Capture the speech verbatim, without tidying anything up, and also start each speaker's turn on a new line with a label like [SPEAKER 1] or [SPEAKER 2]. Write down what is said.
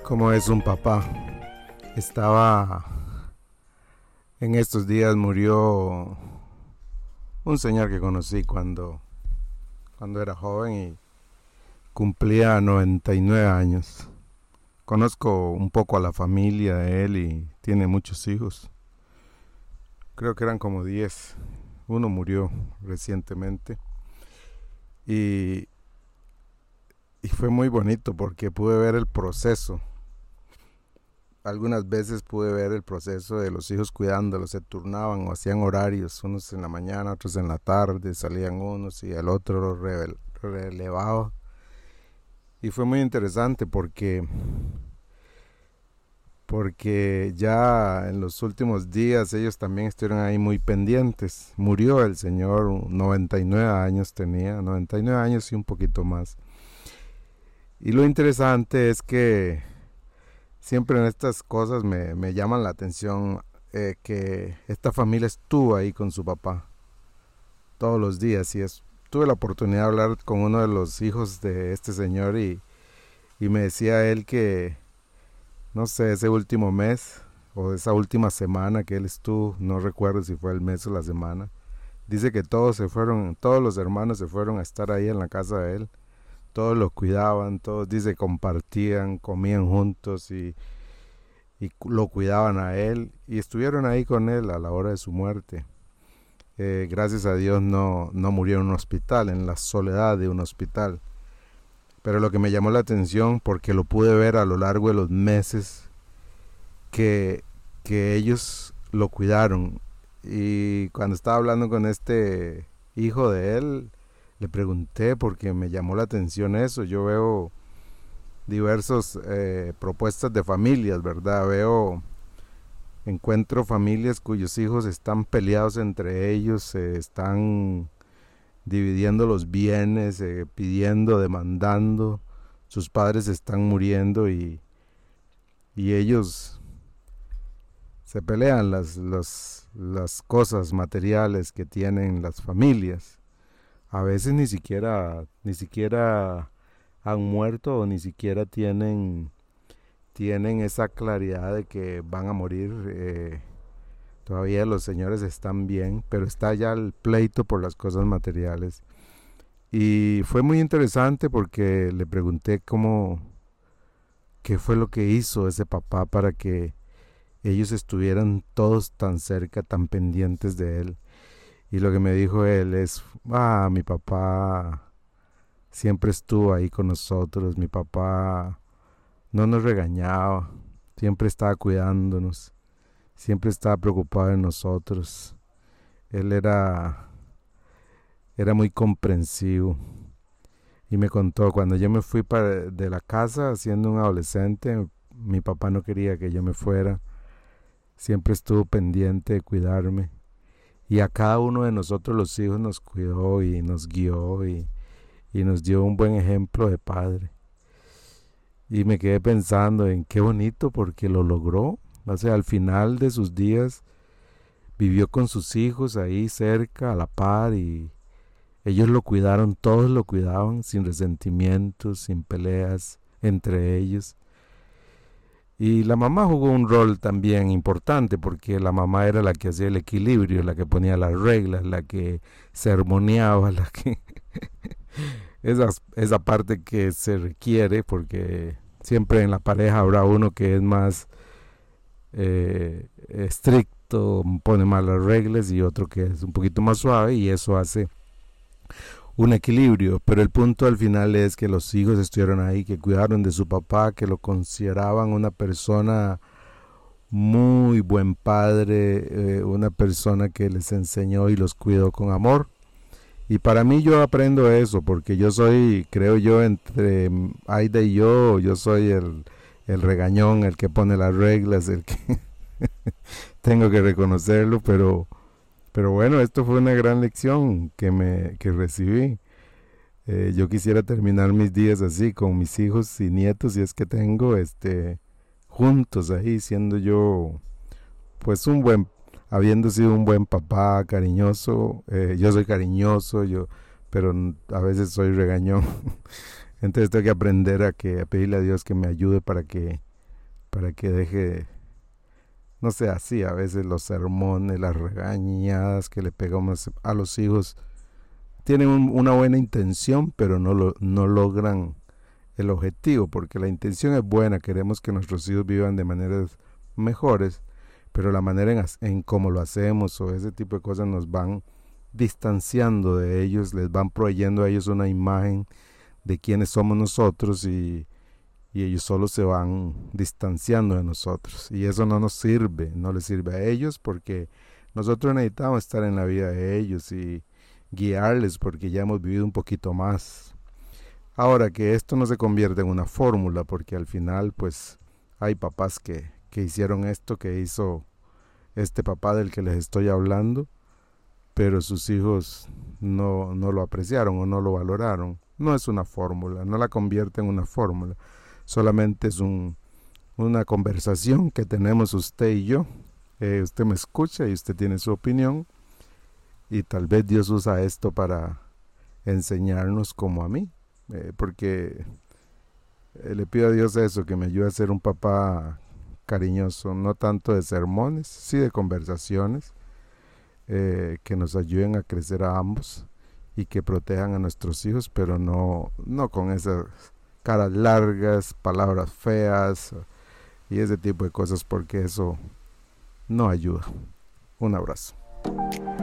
[SPEAKER 1] Como es un papá. Estaba en estos días murió un señor que conocí cuando cuando era joven y cumplía noventa y nueve años. Conozco un poco a la familia de él y tiene muchos hijos. Creo que eran como diez. Uno murió recientemente y y fue muy bonito porque pude ver el proceso. Algunas veces pude ver el proceso de los hijos cuidándolos, se turnaban o hacían horarios, unos en la mañana, otros en la tarde, salían unos y el otro los revel- relevaba. Y fue muy interesante porque, porque ya en los últimos días ellos también estuvieron ahí muy pendientes. Murió el señor, noventa y nueve años tenía, noventa y nueve años y un poquito más. Y lo interesante es que siempre en estas cosas me, me llaman la atención eh, que esta familia estuvo ahí con su papá todos los días y es, tuve la oportunidad de hablar con uno de los hijos de este señor y, y me decía él que, no sé, ese último mes o esa última semana que él estuvo, no recuerdo si fue el mes o la semana, dice que todos se fueron, todos los hermanos se fueron a estar ahí en la casa de él. Todos lo cuidaban, todos, dice, compartían, comían juntos y, y lo cuidaban a él y estuvieron ahí con él a la hora de su muerte. Eh, gracias a Dios no, no murió en un hospital, en la soledad de un hospital. Pero lo que me llamó la atención, porque lo pude ver a lo largo de los meses que, que ellos lo cuidaron. Y cuando estaba hablando con este hijo de él, le pregunté porque me llamó la atención eso. Yo veo diversas eh, propuestas de familias, ¿verdad? Veo, encuentro familias cuyos hijos están peleados entre ellos, se eh, están dividiendo los bienes, eh, pidiendo, demandando. Sus padres están muriendo y, y ellos se pelean las, las, las cosas materiales que tienen las familias. A veces ni siquiera, ni siquiera han muerto o ni siquiera tienen, tienen esa claridad de que van a morir. Eh, todavía los señores están bien, pero está ya el pleito por las cosas materiales. Y fue muy interesante porque le pregunté cómo, qué fue lo que hizo ese papá para que ellos estuvieran todos tan cerca, tan pendientes de él. Y lo que me dijo él es, ah, mi papá siempre estuvo ahí con nosotros, mi papá no nos regañaba, siempre estaba cuidándonos, siempre estaba preocupado en nosotros. Él era, era muy comprensivo. Y me contó, cuando yo me fui para, de la casa siendo un adolescente, mi papá no quería que yo me fuera, siempre estuvo pendiente de cuidarme. Y a cada uno de nosotros los hijos nos cuidó y nos guió y, y nos dio un buen ejemplo de padre. Y me quedé pensando en qué bonito porque lo logró. O sea, al final de sus días vivió con sus hijos ahí cerca, a la par, y ellos lo cuidaron, todos lo cuidaban, sin resentimientos, sin peleas entre ellos. Y la mamá jugó un rol también importante porque la mamá era la que hacía el equilibrio, la que ponía las reglas, la que sermoneaba, la que esa, esa parte que se requiere porque siempre en la pareja habrá uno que es más eh, estricto, pone más las reglas y otro que es un poquito más suave y eso hace un equilibrio, pero el punto al final es que los hijos estuvieron ahí, que cuidaron de su papá, que lo consideraban una persona muy buen padre, eh, una persona que les enseñó y los cuidó con amor. Y para mí yo aprendo eso, porque yo soy, creo yo, entre Aida y yo, yo soy el, el regañón, el que pone las reglas, el que tengo que reconocerlo, pero... Pero bueno, esto fue una gran lección que, me, que recibí. Eh, yo quisiera terminar mis días así, con mis hijos y nietos, si es que tengo, este, juntos ahí, siendo yo, pues un buen, habiendo sido un buen papá, cariñoso. Eh, yo soy cariñoso, yo, pero a veces soy regañón. Entonces tengo que aprender a, que, a pedirle a Dios que me ayude para que para que deje, no sea así. A veces los sermones, las regañadas que le pegamos a los hijos tienen un, una buena intención, pero no, lo, no logran el objetivo, porque la intención es buena, queremos que nuestros hijos vivan de maneras mejores, pero la manera en, en cómo lo hacemos o ese tipo de cosas nos van distanciando de ellos, les van proveyendo a ellos una imagen de quiénes somos nosotros y, y ellos solo se van distanciando de nosotros, y eso no nos sirve, no les sirve a ellos, porque nosotros necesitamos estar en la vida de ellos y guiarles, porque ya hemos vivido un poquito más. Ahora, que esto no se convierta en una fórmula, porque al final pues hay papás que, que hicieron esto que hizo este papá del que les estoy hablando, pero sus hijos no, no lo apreciaron o no lo valoraron. No es una fórmula, no la convierte en una fórmula, solamente es un, una conversación que tenemos usted y yo. Eh, usted me escucha y usted tiene su opinión, y tal vez Dios usa esto para enseñarnos como a mí, eh, porque eh, le pido a Dios eso, que me ayude a ser un papá cariñoso, no tanto de sermones, sí de conversaciones, eh, que nos ayuden a crecer a ambos y que protejan a nuestros hijos, pero no, no con esas caras largas, palabras feas y ese tipo de cosas, porque eso no ayuda. Un abrazo.